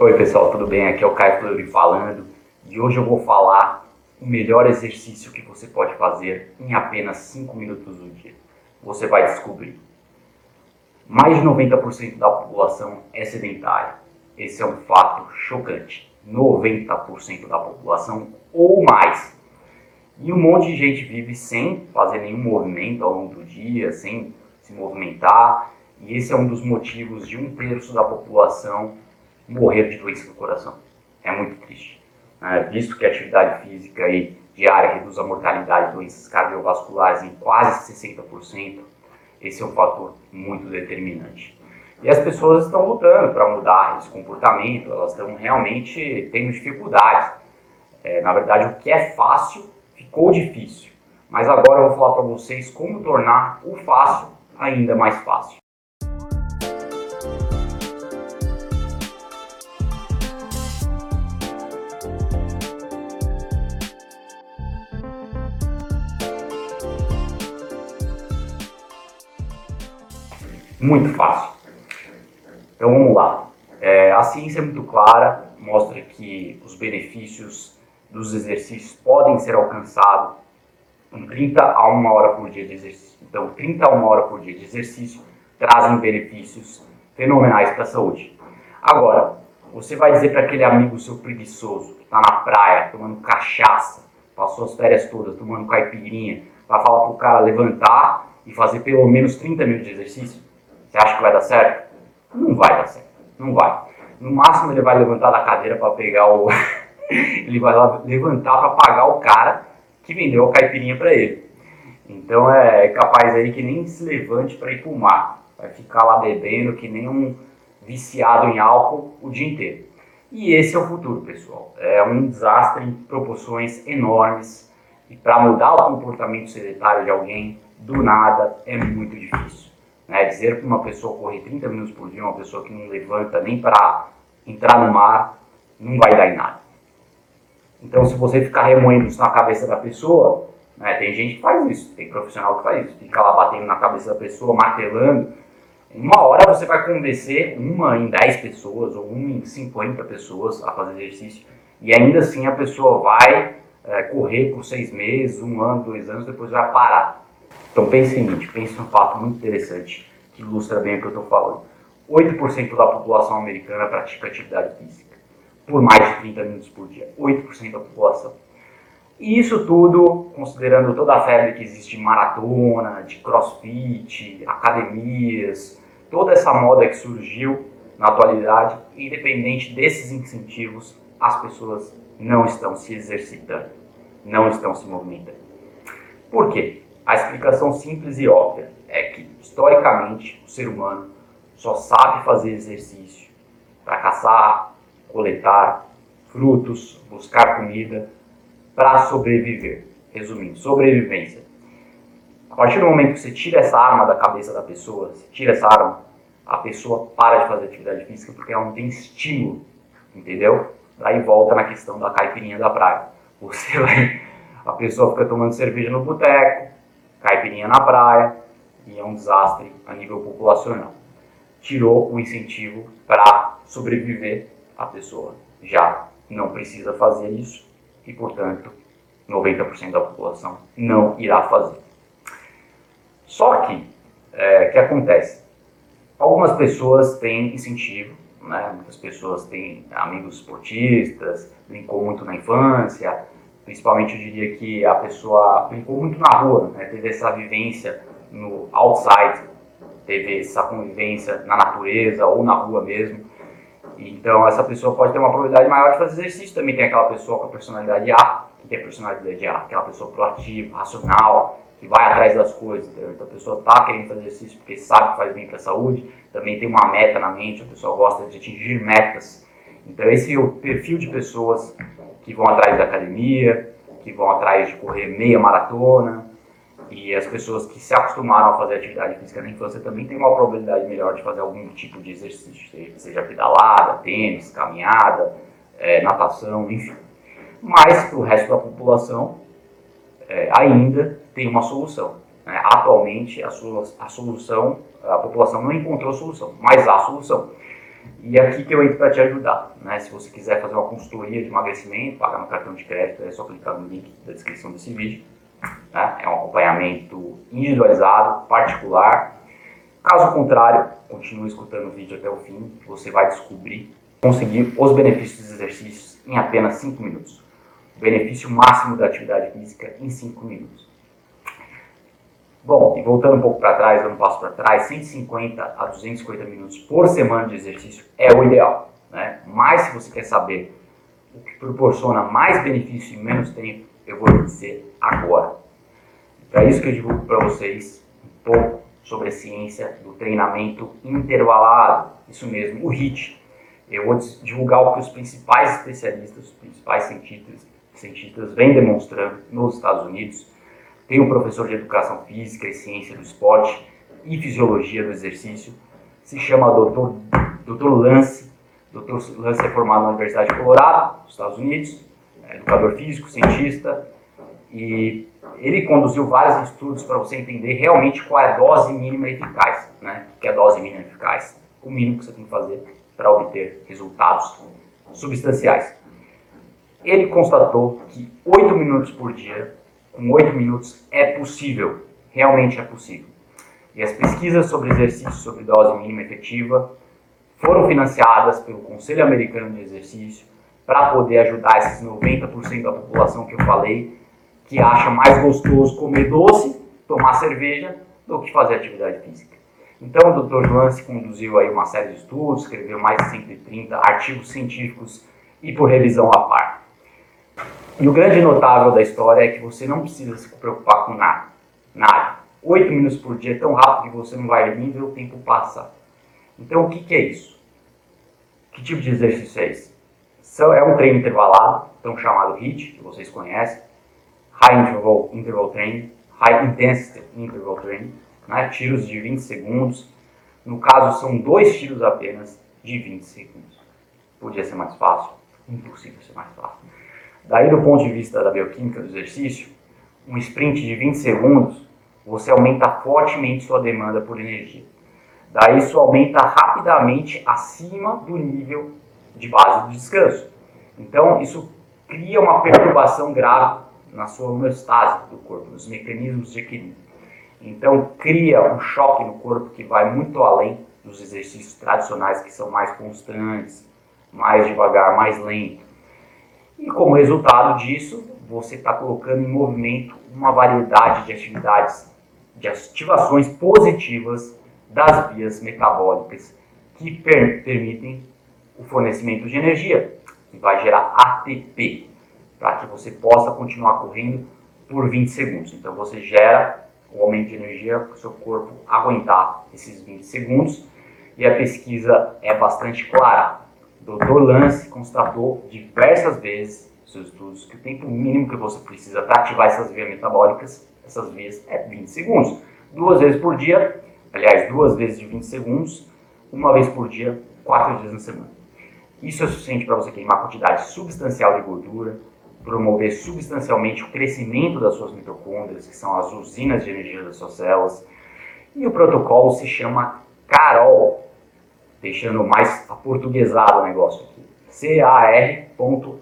Oi pessoal, tudo bem? Aqui é o Caio Fleury falando e hoje eu vou falar o melhor exercício que você pode fazer em apenas 5 minutos do dia. Você vai descobrir. Mais de 90% da população é sedentária. Esse é um fato chocante. 90% da população ou mais. E um monte de gente vive sem fazer nenhum movimento ao longo do dia, sem se movimentar. E esse é um dos motivos de 1/3 da população morrer de doença do coração. É muito triste. Visto que a atividade física diária reduz a mortalidade de doenças cardiovasculares em quase 60%, esse é um fator muito determinante. E as pessoas estão lutando para mudar esse comportamento, elas estão realmente tendo dificuldades. Na verdade, o que é fácil ficou difícil. Mas agora eu vou falar para vocês como tornar o fácil ainda mais fácil. Muito fácil. Então vamos lá. A ciência é muito clara, mostra que os benefícios dos exercícios podem ser alcançados com 30 a 1 hora por dia de exercício. Então 30 a 1 hora por dia de exercício trazem benefícios fenomenais para a saúde. Agora, você vai dizer para aquele amigo seu preguiçoso que está na praia tomando cachaça, passou as férias todas tomando caipirinha, vai falar para o cara levantar e fazer pelo menos 30 minutos de exercício? Você acha que vai dar certo? Não vai dar certo, não vai. No máximo ele vai levantar da cadeira para pegar o... ele vai levantar para pagar o cara que vendeu a caipirinha para ele. Então é capaz aí que nem se levante para ir pro mar. Vai ficar lá bebendo que nem um viciado em álcool o dia inteiro. E esse é o futuro, pessoal. É um desastre em proporções enormes. E para mudar o comportamento sedentário de alguém, do nada, é muito difícil. Dizer para uma pessoa correr 30 minutos por dia, uma pessoa que não levanta nem para entrar no mar, não vai dar em nada. Então, se você ficar remoendo isso na cabeça da pessoa, tem gente que faz isso, tem profissional que faz isso, fica lá batendo na cabeça da pessoa, martelando. Em uma hora você vai convencer uma em 10 pessoas ou uma em 50 pessoas a fazer exercício, e ainda assim a pessoa vai correr por 6 meses, 1 ano, 2 anos, depois vai parar. Então pense em seguinte, pense num fato muito interessante que ilustra bem o que eu estou falando. 8% da população americana pratica atividade física por mais de 30 minutos por dia. 8% da população. E isso tudo, considerando toda a febre que existe de maratona, de crossfit, academias, toda essa moda que surgiu na atualidade, independente desses incentivos, as pessoas não estão se exercitando, não estão se movimentando. Por quê? A explicação simples e óbvia é que, historicamente, o ser humano só sabe fazer exercício para caçar, coletar frutos, buscar comida, para sobreviver. Resumindo, sobrevivência. A partir do momento que você tira essa arma da cabeça da pessoa, você tira essa arma, a pessoa para de fazer atividade física porque ela não tem estímulo, entendeu? Daí volta na questão da caipirinha da praia. A pessoa fica tomando cerveja no boteco, caipirinha na praia, e é um desastre a nível populacional. Tirou o incentivo para sobreviver, a pessoa já não precisa fazer isso e, portanto, 90% da população não irá fazer. Só que, o que acontece? Algumas pessoas têm incentivo, muitas pessoas têm amigos esportistas, brincou muito na infância, principalmente eu diria que a pessoa brincou muito na rua, teve essa vivência no outside, teve essa convivência na natureza ou na rua mesmo. Então essa pessoa pode ter uma probabilidade maior de fazer exercício. Também tem aquela pessoa com a personalidade A. O que é personalidade A? Aquela pessoa proativa, racional, que vai atrás das coisas. Entendeu? Então a pessoa está querendo fazer exercício porque sabe que faz bem para a saúde. Também tem uma meta na mente, a pessoa gosta de atingir metas. Então esse é o perfil de pessoas que vão atrás da academia, que vão atrás de correr meia maratona. E as pessoas que se acostumaram a fazer atividade física na infância também têm uma probabilidade melhor de fazer algum tipo de exercício, seja pedalada, tênis, caminhada, natação, enfim. Mas para o resto da população ainda tem uma solução. Atualmente a população não encontrou a solução, mas há a solução. E é aqui que eu entro para te ajudar, né? Se você quiser fazer uma consultoria de emagrecimento, pagar no cartão de crédito, é só clicar no link da descrição desse vídeo. Né? É um acompanhamento individualizado, particular. Caso contrário, continue escutando o vídeo até o fim, que você vai descobrir, conseguir os benefícios dos exercícios em apenas 5 minutos. O benefício máximo da atividade física em 5 minutos. Bom, e voltando um pouco para trás, dando um passo para trás, 150 a 250 minutos por semana de exercício é o ideal, né? Mas se você quer saber o que proporciona mais benefício em menos tempo, eu vou lhe dizer agora. É isso que eu divulgo para vocês um pouco sobre a ciência do treinamento intervalado, isso mesmo, o HIIT. Eu vou divulgar o que os principais especialistas, os principais cientistas vêm demonstrando nos Estados Unidos. Tem um professor de educação física e ciência do esporte e fisiologia do exercício, se chama Dr. Lance. Dr. Lance é formado na Universidade de Colorado, nos Estados Unidos, é educador físico, cientista, e ele conduziu vários estudos para você entender realmente qual é a dose mínima eficaz, né? O que é a dose mínima eficaz? O mínimo que você tem que fazer para obter resultados substanciais. Ele constatou que 8 minutos por dia, com 8 minutos é possível, realmente é possível. E as pesquisas sobre exercício sobre dose mínima efetiva foram financiadas pelo Conselho Americano de Exercício para poder ajudar esses 90% da população que eu falei, que acha mais gostoso comer doce, tomar cerveja, do que fazer atividade física. Então o Dr. Lance conduziu aí uma série de estudos, escreveu mais de 130 artigos científicos e por revisão à par. E o grande notável da história é que você não precisa se preocupar com nada. Nada. 8 minutos por dia é tão rápido que você não vai nem ver o tempo passar. Então o que é isso? Que tipo de exercício é esse? É um treino intervalado, então chamado HIIT, que vocês conhecem. High Interval Training, High Intensity Interval Training, né? Tiros de 20 segundos. No caso são 2 tiros apenas de 20 segundos. Podia ser mais fácil? Impossível ser mais fácil. Daí, do ponto de vista da bioquímica do exercício, um sprint de 20 segundos, você aumenta fortemente sua demanda por energia. Daí, isso aumenta rapidamente acima do nível de base do descanso. Então, isso cria uma perturbação grave na sua homeostase do corpo, nos mecanismos de equilíbrio. Então, cria um choque no corpo que vai muito além dos exercícios tradicionais, que são mais constantes, mais devagar, mais lento. E como resultado disso, você está colocando em movimento uma variedade de atividades, de ativações positivas das vias metabólicas que permitem o fornecimento de energia, que vai gerar ATP, para que você possa continuar correndo por 20 segundos. Então você gera o aumento de energia para o seu corpo aguentar esses 20 segundos, e a pesquisa é bastante clara. Dr. Lance constatou diversas vezes nos seus estudos que o tempo mínimo que você precisa para ativar essas vias metabólicas, essas vias, é 20 segundos. 2 vezes por dia, aliás, 2 vezes de 20 segundos, 1 vez por dia, 4 dias na semana. Isso é suficiente para você queimar quantidade substancial de gordura, promover substancialmente o crescimento das suas mitocôndrias, que são as usinas de energia das suas células. E o protocolo se chama CAROL, deixando mais aportuguesado o negócio aqui. CAR.L.OL.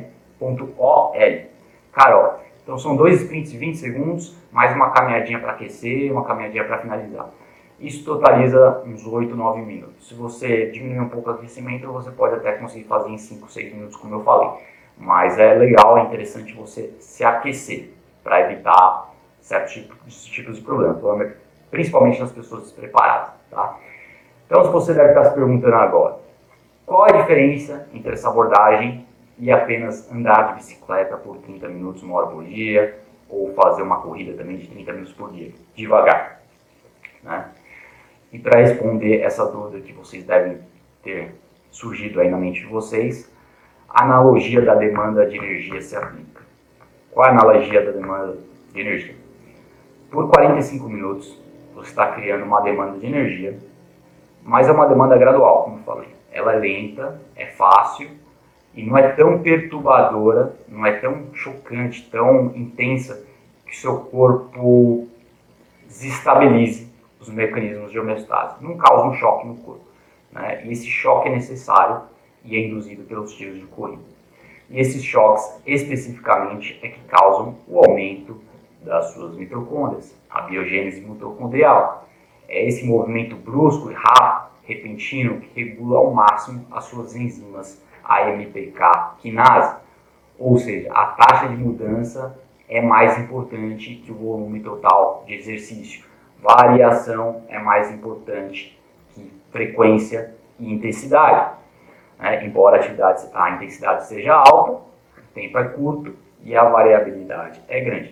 CAROL. Então são 2 sprints de 20 segundos, mais uma caminhadinha para aquecer e uma caminhadinha para finalizar. Isso totaliza uns 8, 9 minutos. Se você diminuir um pouco o aquecimento, você pode até conseguir fazer em 5, 6 minutos, como eu falei. Mas é legal, é interessante você se aquecer para evitar certos tipos de problemas, principalmente nas pessoas despreparadas. Tá? Então, se você deve estar se perguntando agora, qual é a diferença entre essa abordagem e apenas andar de bicicleta por 30 minutos, 1 hora por dia, ou fazer uma corrida também de 30 minutos por dia, devagar, né? E para responder essa dúvida que vocês devem ter surgido aí na mente de vocês, a analogia da demanda de energia se aplica. Qual é a analogia da demanda de energia? Por 45 minutos, você está criando uma demanda de energia, mas é uma demanda gradual, como eu falei. Ela é lenta, é fácil e não é tão perturbadora, não é tão chocante, tão intensa que o seu corpo desestabilize os mecanismos de homeostase. Não causa um choque no corpo. né? E esse choque é necessário e é induzido pelos tiros de corrida. E esses choques, especificamente, é que causam o aumento das suas mitocôndrias, a biogênese mitocondrial. É esse movimento brusco e rápido, repentino, que regula ao máximo as suas enzimas AMPK quinase. Ou seja, a taxa de mudança é mais importante que o volume total de exercício. Variação é mais importante que frequência e intensidade. Embora a intensidade seja alta, o tempo é curto e a variabilidade é grande.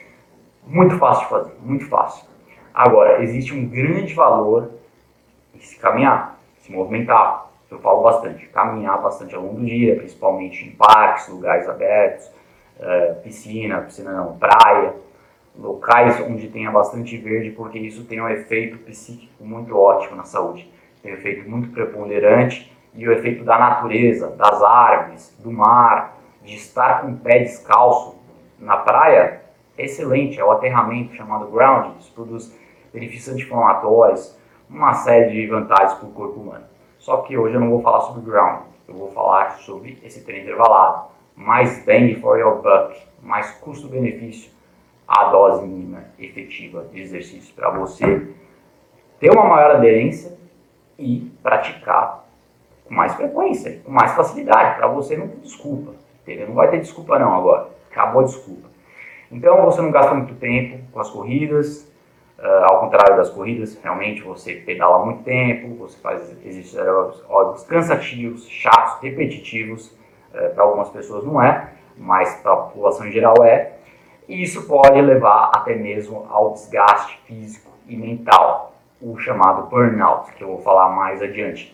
Muito fácil de fazer, muito fácil. Agora, existe um grande valor em se caminhar, se movimentar. Eu falo bastante, caminhar bastante ao longo do dia, principalmente em parques, lugares abertos, piscina não, praia, locais onde tenha bastante verde, porque isso tem um efeito psíquico muito ótimo na saúde. Tem um efeito muito preponderante e o efeito da natureza, das árvores, do mar, de estar com o pé descalço na praia, é excelente. É o aterramento chamado grounding, isso produz benefícios anti-inflamatórios, uma série de vantagens para o corpo humano. Só que hoje eu não vou falar sobre grounding, eu vou falar sobre esse treino intervalado. Mais bang for your buck, mais custo-benefício a dose mínima efetiva de exercício para você ter uma maior aderência e praticar com mais frequência, com mais facilidade, para você não ter desculpa, entendeu? Não vai ter desculpa não agora, acabou a desculpa. Então você não gasta muito tempo com as corridas, ao contrário das corridas, realmente você pedala muito tempo, você faz exercícios aeróbicos cansativos, chatos, repetitivos, para algumas pessoas não é, mas para a população em geral é, e isso pode levar até mesmo ao desgaste físico e mental, o chamado burnout, que eu vou falar mais adiante.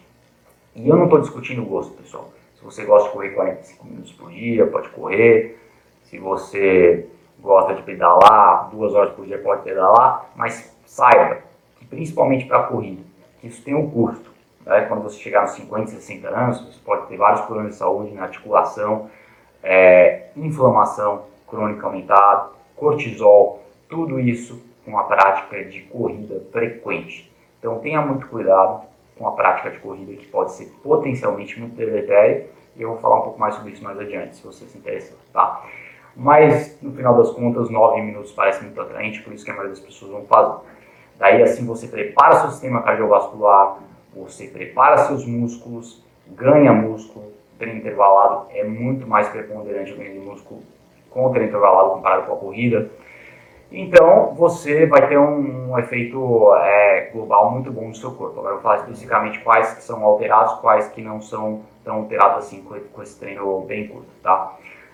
E eu não estou discutindo o gosto, pessoal. Se você gosta de correr 45 minutos por dia, pode correr. Se você gosta de pedalar, 2 horas por dia pode pedalar, mas saiba que principalmente para a corrida, que isso tem um custo. Né? Quando você chegar nos 50, 60 anos, você pode ter vários problemas de saúde na articulação, inflamação crônica aumentada, cortisol, tudo isso com a prática de corrida frequente. Então tenha muito cuidado com a prática de corrida, que pode ser potencialmente muito deletéria, e eu vou falar um pouco mais sobre isso mais adiante, se você se interessar, tá? Mas, no final das contas, 9 minutos parece muito atraente, por isso que a maioria das pessoas vão fazer. Daí, assim, você prepara seu sistema cardiovascular, você prepara seus músculos, ganha músculo. O treino intervalado é muito mais preponderante o ganho de músculo com o treino intervalado comparado com a corrida. Então, você vai ter um efeito global muito bom no seu corpo. Agora eu vou falar especificamente quais que são alterados, quais que não são tão alterados assim com esse treino bem curto, tá?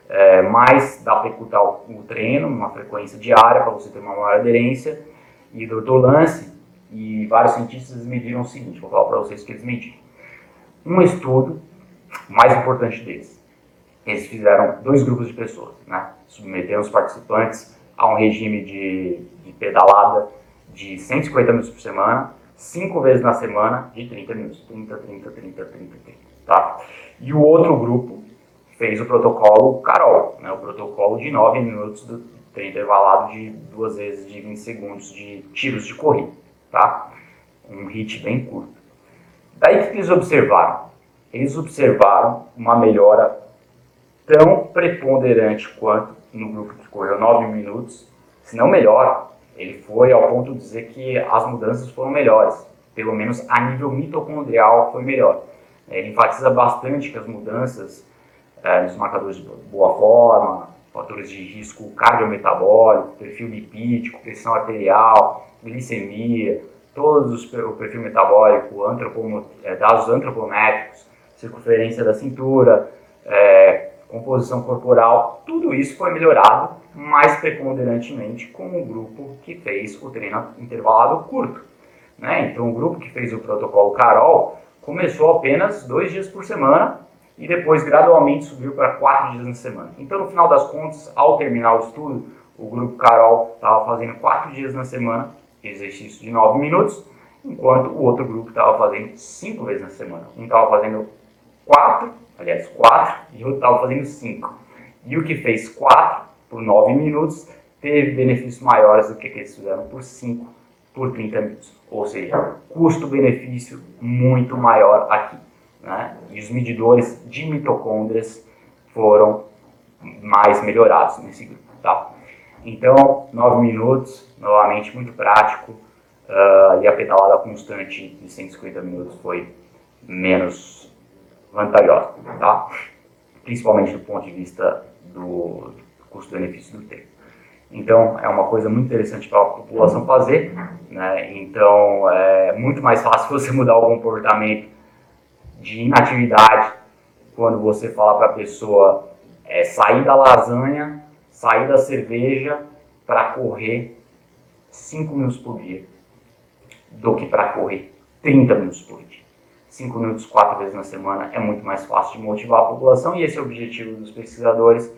Mas dá para executar o treino numa frequência diária para você ter uma maior aderência. E o Dr. Lance e vários cientistas mediram o seguinte, vou falar para vocês o que eles mediram. Um estudo, o mais importante deles, eles fizeram 2 grupos de pessoas, né? Submeteram os participantes a um regime de pedalada de 150 minutos por semana, 5 vezes na semana, de 30 minutos. 30, 30, 30, 30, 30, tá? E o outro grupo fez o protocolo Carol, né? O protocolo de 9 minutos do treino intervalado de 2 vezes de 20 segundos de tiros de corrida, tá? Um HIIT bem curto. Daí o que eles observaram? Eles observaram uma melhora tão preponderante quanto no grupo que correu 9 minutos, se não melhor. Ele foi ao ponto de dizer que as mudanças foram melhores, pelo menos a nível mitocondrial foi melhor. Ele enfatiza bastante que as mudanças nos marcadores de boa forma, fatores de risco cardiometabólico, perfil lipídico, pressão arterial, glicemia, o perfil metabólico, dados antropométricos, circunferência da cintura, composição corporal, tudo isso foi melhorado mais preponderantemente com o grupo que fez o treino intervalado curto, né? Então o grupo que fez o protocolo Carol começou apenas 2 dias por semana e depois gradualmente subiu para 4 dias na semana. Então no final das contas, ao terminar o estudo, o grupo Carol estava fazendo 4 dias na semana, exercício de 9 minutos, enquanto o outro grupo estava fazendo 5 vezes na semana. Um estava fazendo 4 e o outro estava fazendo 5. E o que fez 4 por 9 minutos teve benefícios maiores do que eles fizeram por 5 por 30 minutos. Ou seja, custo-benefício muito maior aqui, né? E os medidores de mitocôndrias foram mais melhorados nesse grupo, tá? Então, 9 minutos, novamente muito prático, e a pedalada constante de 150 minutos foi menos vantajosa, tá? Principalmente do ponto de vista do custo-benefício do tempo. Então, é uma coisa muito interessante para a população fazer, né? Então, é muito mais fácil você mudar o comportamento de inatividade quando você fala para a pessoa sair da lasanha, sair da cerveja para correr 5 minutos por dia, do que para correr 30 minutos por dia. 5 minutos 4 vezes na semana é muito mais fácil de motivar a população, e esse é o objetivo dos pesquisadores,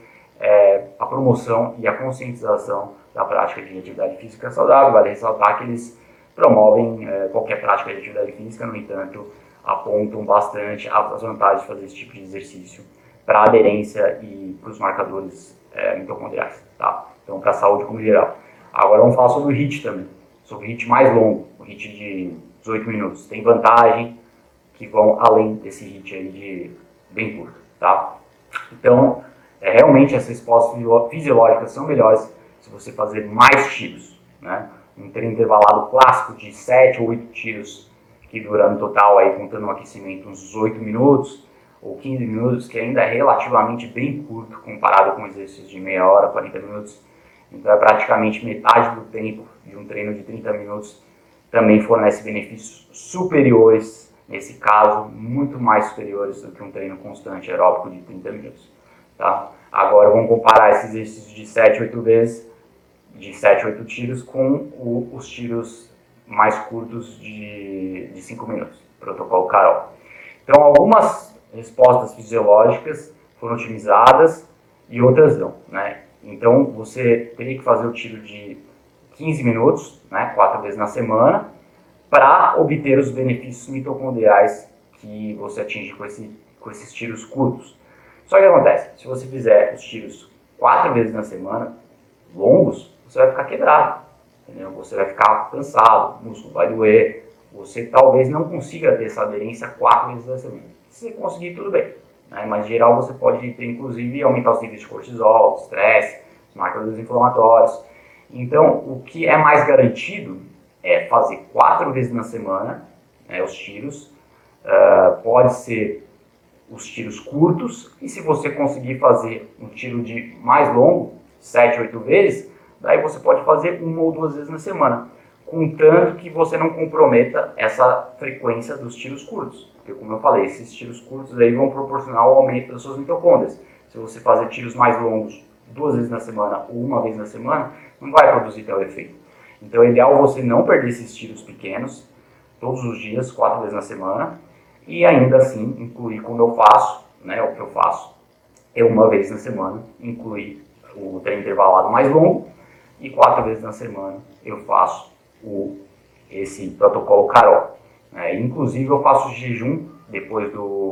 a promoção e a conscientização da prática de atividade física saudável. Vale ressaltar que eles promovem qualquer prática de atividade física, no entanto, apontam bastante as vantagens de fazer esse tipo de exercício para a aderência e para os marcadores mitocondriais, tá? Então, para a saúde como geral. Agora vamos falar sobre o HIIT também, sobre o HIIT mais longo, o HIIT de 18 minutos. Tem vantagem que vão além desse HIIT aí de bem curto, tá? Então, realmente as respostas fisiológicas são melhores se você fazer mais tiros, né? Um treino intervalado clássico de 7 ou 8 tiros, que dura no total, aí, contando um aquecimento, uns 18 minutos ou 15 minutos, que ainda é relativamente bem curto comparado com exercícios de meia hora, 40 minutos. Então é praticamente metade do tempo de um treino de 30 minutos, também fornece benefícios superiores, nesse caso, muito mais superiores do que um treino constante aeróbico de 30 minutos. Tá? Agora vamos comparar esses exercícios de 7, 8 vezes, de 7, 8 tiros, com os tiros mais curtos de 5 minutos, protocolo Carol. Então, algumas respostas fisiológicas foram otimizadas e outras não, né? Então, você teria que fazer o tiro de 15 minutos, né, 4 vezes na semana, para obter os benefícios mitocondriais que você atinge com esses tiros curtos. Só que acontece, se você fizer os tiros 4 vezes na semana, longos, você vai ficar quebrado, entendeu? Você vai ficar cansado, o músculo vai doer, você talvez não consiga ter essa aderência 4 vezes na semana. Se você conseguir, tudo bem, né? Mas em geral você pode ter, inclusive, aumentar os níveis de cortisol, estresse, os marcadores inflamatórios. Então, o que é mais garantido é fazer 4 vezes na semana, né, os tiros. Pode ser os tiros curtos, e se você conseguir fazer um tiro de mais longo, 7, 8 vezes, daí você pode fazer 1 ou 2 vezes na semana, contanto que você não comprometa essa frequência dos tiros curtos. Porque, como eu falei, esses tiros curtos aí vão proporcionar o aumento das suas mitocôndrias. Se você fazer tiros mais longos 2 vezes na semana ou 1 vez na semana, não vai produzir tal efeito. Então é ideal você não perder esses tiros pequenos, todos os dias, 4 vezes na semana, e ainda assim incluir, como eu faço, né, o que eu faço é 1 vez na semana, incluir o treino intervalado mais longo, e 4 vezes na semana eu faço esse protocolo Carol. Inclusive eu faço jejum depois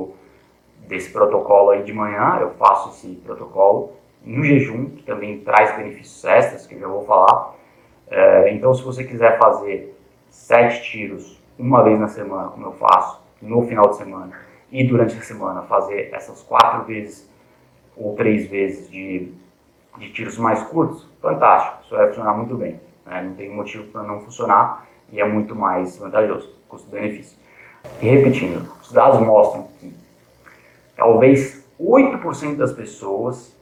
desse protocolo aí de manhã, eu faço esse protocolo no jejum, que também traz benefícios extras, que eu já vou falar. Então, se você quiser fazer 7 tiros 1 vez na semana, como eu faço, no final de semana, e durante a semana fazer essas 4 vezes ou 3 vezes de tiros mais curtos, fantástico, isso vai funcionar muito bem, né? Não tem motivo para não funcionar e é muito mais vantajoso, custo-benefício. E repetindo, os dados mostram que talvez 8% das pessoas,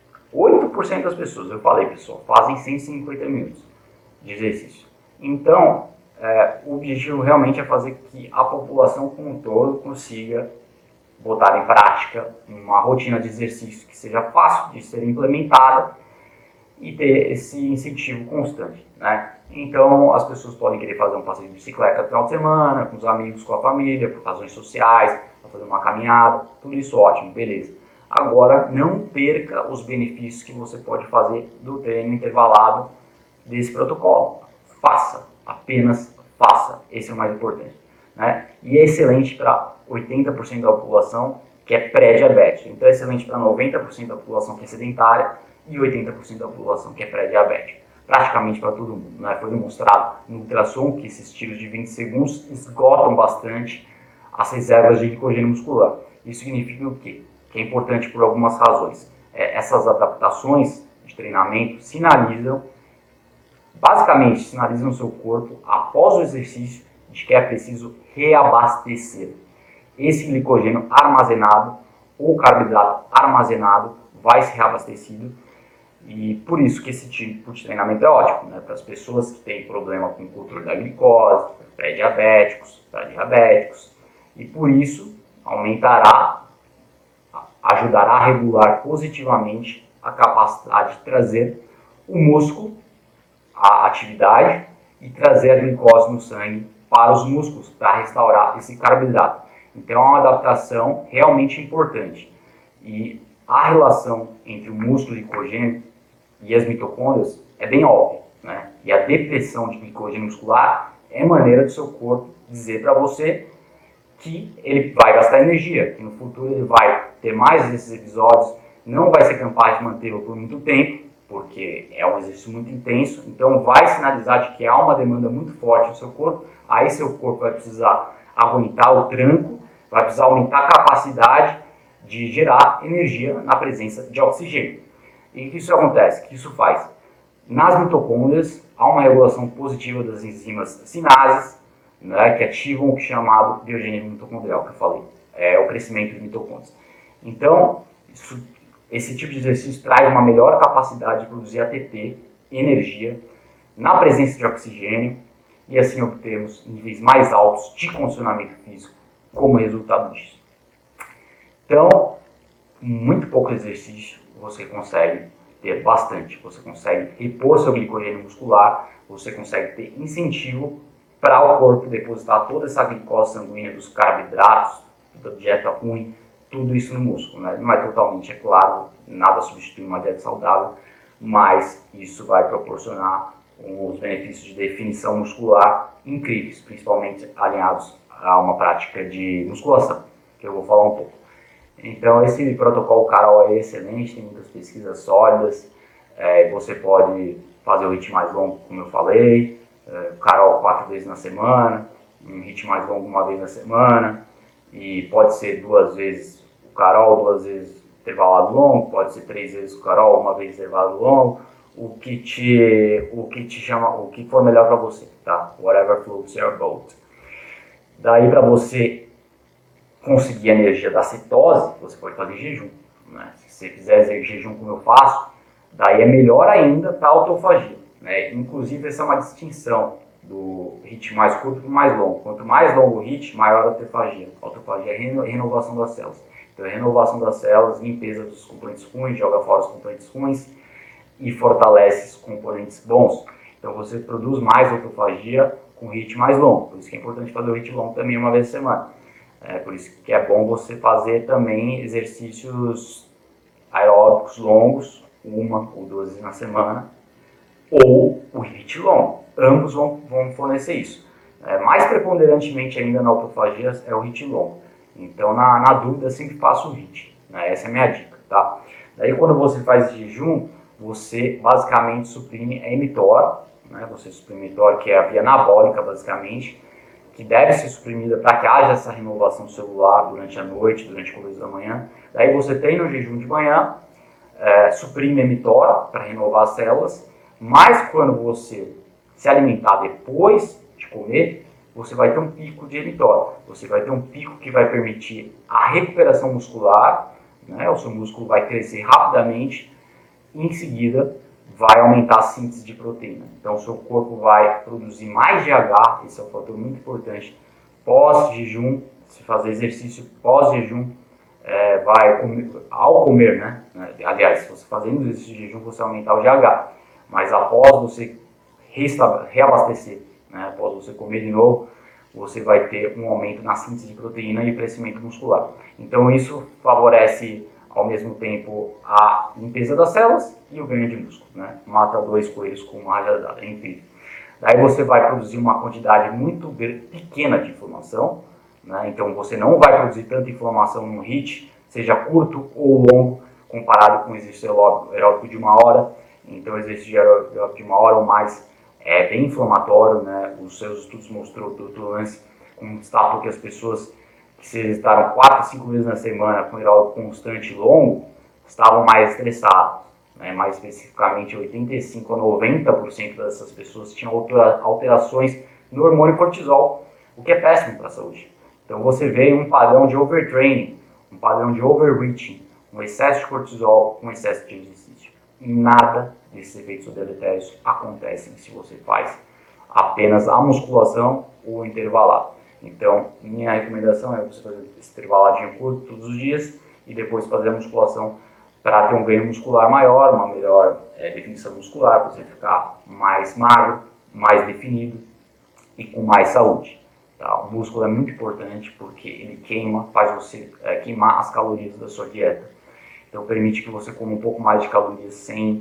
eu falei pessoal, fazem 150 minutos de exercício. Então, o objetivo realmente é fazer que a população como um todo consiga botar em prática uma rotina de exercício que seja fácil de ser implementada e ter esse incentivo constante, né? Então, as pessoas podem querer fazer um passeio de bicicleta no final de semana, com os amigos, com a família, por razões sociais, para fazer uma caminhada, tudo isso ótimo, beleza. Agora, não perca os benefícios que você pode fazer do treino intervalado desse protocolo. Faça, apenas faça, esse é o mais importante, né? E é excelente para 80% da população que é pré-diabética, então é excelente para 90% da população que é sedentária e 80% da população que é pré-diabética. praticamente para todo mundo, né? Foi demonstrado no ultrassom que esses tiros de 20 segundos esgotam bastante as reservas de glicogênio muscular. Isso significa o quê? Que é importante por algumas razões. Essas adaptações de treinamento basicamente sinalizam o seu corpo após o exercício de que é preciso reabastecer. Esse glicogênio armazenado ou carboidrato armazenado vai ser reabastecido, e por isso que esse tipo de treinamento é ótimo, né? Para as pessoas que têm problema com o controle da glicose, pré-diabéticos, para diabéticos, e por isso ajudará a regular positivamente a capacidade de trazer o músculo, a atividade, e trazer a glicose no sangue para os músculos, para restaurar esse carboidrato. Então é uma adaptação realmente importante. E a relação entre o músculo e o glicogênio e as mitocôndrias é bem óbvia, né? E a depressão de glicogênio muscular é maneira do seu corpo dizer para você que ele vai gastar energia, que no futuro ele vai ter mais desses episódios, não vai ser capaz de mantê-lo por muito tempo, porque é um exercício muito intenso, então vai sinalizar de que há uma demanda muito forte no seu corpo, aí seu corpo vai precisar aguentar o tranco, vai precisar aumentar a capacidade de gerar energia na presença de oxigênio. E o que isso acontece? O que isso faz? Nas mitocôndrias, há uma regulação positiva das enzimas sinases, né, que ativam o que é chamado biogênese mitocondrial, que eu falei, é o crescimento de mitocôndrias. Então, esse tipo de exercício traz uma melhor capacidade de produzir ATP, energia, na presença de oxigênio, e assim obtemos níveis mais altos de condicionamento físico como resultado disso. Então, com muito pouco exercício, você consegue ter bastante, você consegue repor seu glicogênio muscular, você consegue ter incentivo para o corpo depositar toda essa glicose sanguínea dos carboidratos, da dieta ruim, tudo isso no músculo, né? Não é totalmente, é claro, nada substitui uma dieta saudável, mas isso vai proporcionar uns benefícios de definição muscular incríveis, principalmente alinhados a uma prática de musculação, que eu vou falar um pouco. Então, esse protocolo CAROL é excelente, tem muitas pesquisas sólidas, você pode fazer o HIIT mais longo, como eu falei, CAROL 4 vezes na semana, um HIIT mais longo 1 vez na semana, e pode ser 2 vezes o CAROL, 2 vezes intervalado longo, pode ser 3 vezes o CAROL, 1 vez intervalado longo, o que for melhor para você, tá? Whatever floats your boat. Daí, para você conseguir a energia da cetose, você pode fazer jejum, né? Se você fizer jejum como eu faço, daí é melhor ainda para a autofagia, né? Inclusive, essa é uma distinção do HIIT mais curto e mais longo. Quanto mais longo o HIIT, maior a autofagia. Autofagia é renovação das células. Então, é renovação das células, limpeza dos componentes ruins, joga fora os componentes ruins e fortalece os componentes bons. Então, você produz mais autofagia com o HIIT mais longo. Por isso que é importante fazer o HIIT longo também 1 vez por semana. Por isso que é bom você fazer também exercícios aeróbicos longos, 1 ou 2 vezes na semana, ou o HIIT longo. Ambos vão fornecer isso. Mais preponderantemente ainda na autofagia é o HIIT longo. Então, na dúvida, sempre faça o HIIT. Né? Essa é a minha dica, tá? Daí, quando você faz jejum, você basicamente suprime a mTOR, né? Você suprime a mTOR, que é a via anabólica, basicamente, que deve ser suprimida para que haja essa renovação celular durante a noite, durante o começo da manhã. Daí você treina o jejum de manhã, suprime a mTOR para renovar as células, mas quando você se alimentar depois de comer, você vai ter um pico de mTOR. Você vai ter um pico que vai permitir a recuperação muscular, né? O seu músculo vai crescer rapidamente e em seguida vai aumentar a síntese de proteína. Então, o seu corpo vai produzir mais GH, esse é um fator muito importante. Pós-jejum, se fazer exercício pós-jejum, ao comer, né? Aliás, se você fazendo exercício de jejum, você aumentar o GH. Mas após você reabastecer, né? Após você comer de novo, você vai ter um aumento na síntese de proteína e crescimento muscular. Então, isso favorece ao mesmo tempo a limpeza das células e o ganho de músculo, né? Mata 2 coelhos com uma rajadada, enfim. Daí você vai produzir uma quantidade muito pequena de inflamação, né? Então você não vai produzir tanta inflamação no HIIT, seja curto ou longo, comparado com o exercício aeróbico de 1 hora. Então o exercício de 1 hora ou mais é bem inflamatório, né? Os seus estudos mostrou, o Dr. Lance constatou que as pessoas que se exercitaram 4 a 5 vezes na semana com intervalo constante e longo estavam mais estressados, né? Mais especificamente 85 a 90% dessas pessoas tinham alterações no hormônio cortisol, o que é péssimo para a saúde. Então você vê um padrão de overtraining, um padrão de overreaching, um excesso de cortisol, um excesso de exercício. E nada desses efeitos deletérios acontecem se você faz apenas a musculação ou intervalado. Então, minha recomendação é você fazer esse intervaladinho curto todos os dias e depois fazer a musculação para ter um ganho muscular maior, uma melhor definição muscular, para você ficar mais magro, mais definido e com mais saúde. Tá? O músculo é muito importante porque ele queima, faz você queimar as calorias da sua dieta. Então permite que você coma um pouco mais de calorias sem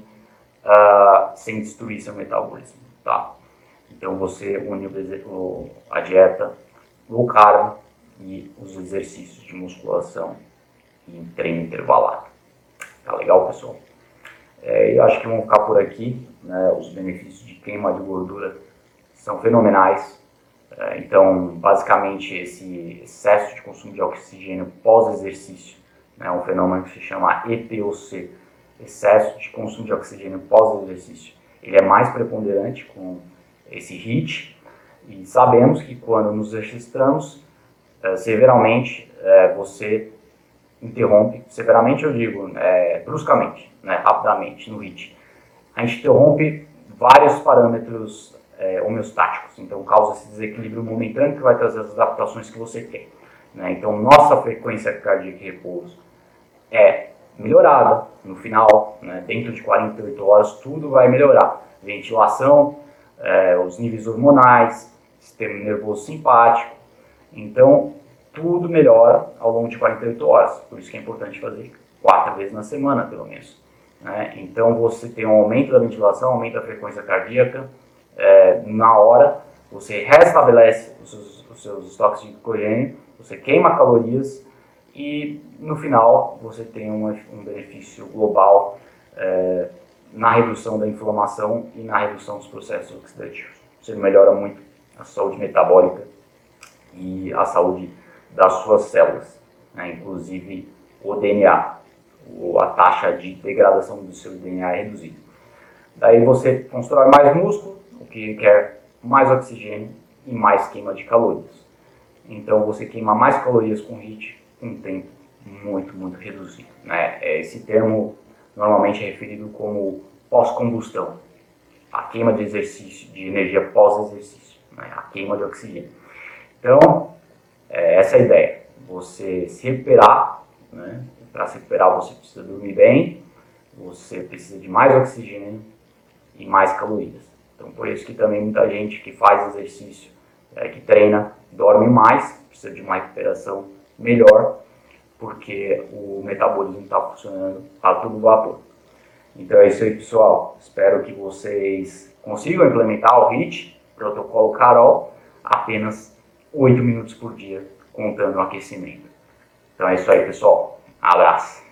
destruir seu metabolismo. Tá? Então você une a dieta low carb e os exercícios de musculação e treino intervalado. Tá legal, pessoal? Eu acho que vamos ficar por aqui, né? Os benefícios de queima de gordura são fenomenais. Então, basicamente, esse excesso de consumo de oxigênio pós-exercício, né, um fenômeno que se chama EPOC, excesso de consumo de oxigênio pós-exercício, ele é mais preponderante com esse HIIT, e sabemos que quando nos exercitamos, severamente, você interrompe, severamente eu digo, bruscamente, né, rapidamente no HIIT, a gente interrompe vários parâmetros homeostáticos, então causa esse desequilíbrio momentâneo que vai trazer as adaptações que você quer. Né? Então nossa frequência cardíaca e repouso é melhorada no final, né? Dentro de 48 horas tudo vai melhorar. Ventilação, os níveis hormonais, sistema nervoso simpático, então tudo melhora ao longo de 48 horas, por isso que é importante fazer 4 vezes na semana pelo menos. Né? Então você tem um aumento da ventilação, aumento da frequência cardíaca, na hora você restabelece os seus estoques de glicogênio, você queima calorias e no final você tem um benefício global na redução da inflamação e na redução dos processos oxidativos. Você melhora muito a saúde metabólica e a saúde das suas células, né? Inclusive o DNA, a taxa de degradação do seu DNA é reduzida. Daí você constrói mais músculo, o que requer mais oxigênio e mais queima de calorias. Então você queima mais calorias com HIIT com um tempo muito, muito reduzido. Né? Esse termo normalmente é referido como pós-combustão, a queima de exercício, de energia pós-exercício, né? A queima de oxigênio. Então, essa é a ideia, você se recuperar, né? Para se recuperar você precisa dormir bem, você precisa de mais oxigênio e mais calorias. Então, por isso que também muita gente que faz exercício, que treina, dorme mais, precisa de uma recuperação melhor, porque o metabolismo está funcionando a todo vapor. Então é isso aí, pessoal. Espero que vocês consigam implementar o HIIT, protocolo Carol, apenas 8 minutos por dia, contando o aquecimento. Então é isso aí, pessoal. Abraço.